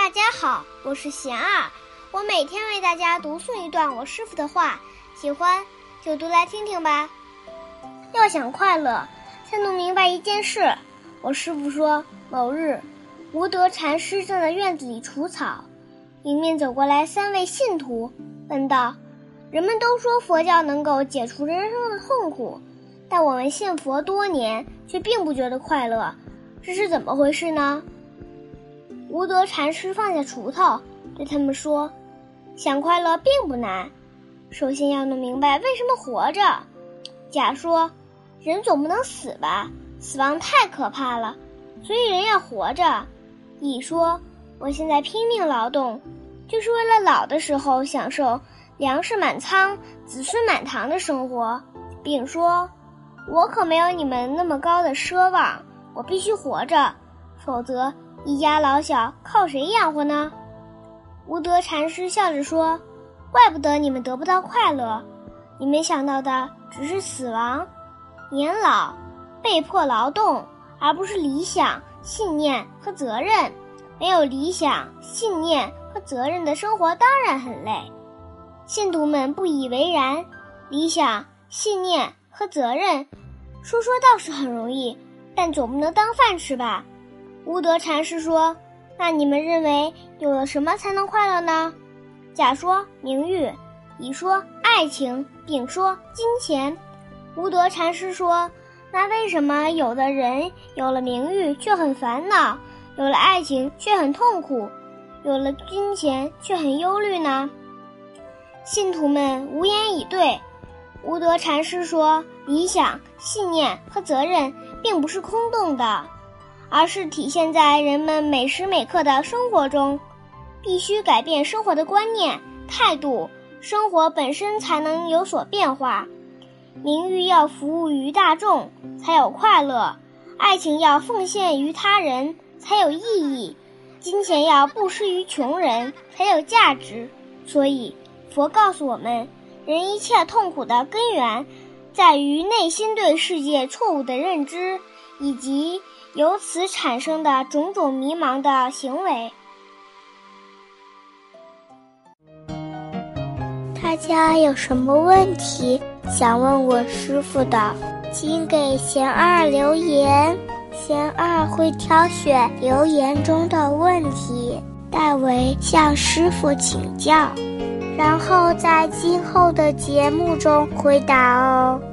大家好，我是贤儿，我每天为大家读诵一段我师父的话，喜欢就读来听听吧。要想快乐，先弄明白一件事。我师父说，某日，无德禅师正在院子里除草，迎面走过来3位信徒，问道：人们都说佛教能够解除人生的痛苦，但我们信佛多年，却并不觉得快乐，这是怎么回事呢？无德禅师放下锄头，对他们说：想快乐并不难，首先要弄明白为什么活着。甲说：人总不能死吧，死亡太可怕了，所以人要活着。乙说：我现在拼命劳动，就是为了老的时候享受粮食满仓、子孙满堂的生活。丙说：我可没有你们那么高的奢望，我必须活着，否则一家老小靠谁养活呢？无德禅师笑着说：怪不得你们得不到快乐，你们想到的只是死亡、年老、被迫劳动，而不是理想、信念和责任。没有理想、信念和责任的生活当然很累。信徒们不以为然，理想、信念和责任说倒是很容易，但总不能当饭吃吧。无德禅师说：那你们认为有了什么才能快乐呢？甲说：名誉。乙说：爱情。丙说：金钱。无德禅师说：那为什么有的人有了名誉却很烦恼，有了爱情却很痛苦，有了金钱却很忧虑呢？信徒们无言以对。无德禅师说：理想、信念和责任并不是空洞的，而是体现在人们每时每刻的生活中，必须改变生活的观念、态度，生活本身才能有所变化。名誉要服务于大众，才有快乐；爱情要奉献于他人，才有意义；金钱要布施于穷人，才有价值。所以，佛告诉我们，人一切痛苦的根源，在于内心对世界错误的认知，以及由此产生的种种迷茫的行为。 大家有什么问题想问我师父的，请给贤儿留言，贤儿会挑选留言中的问题，代为向师父请教，然后在今后的节目中回答哦。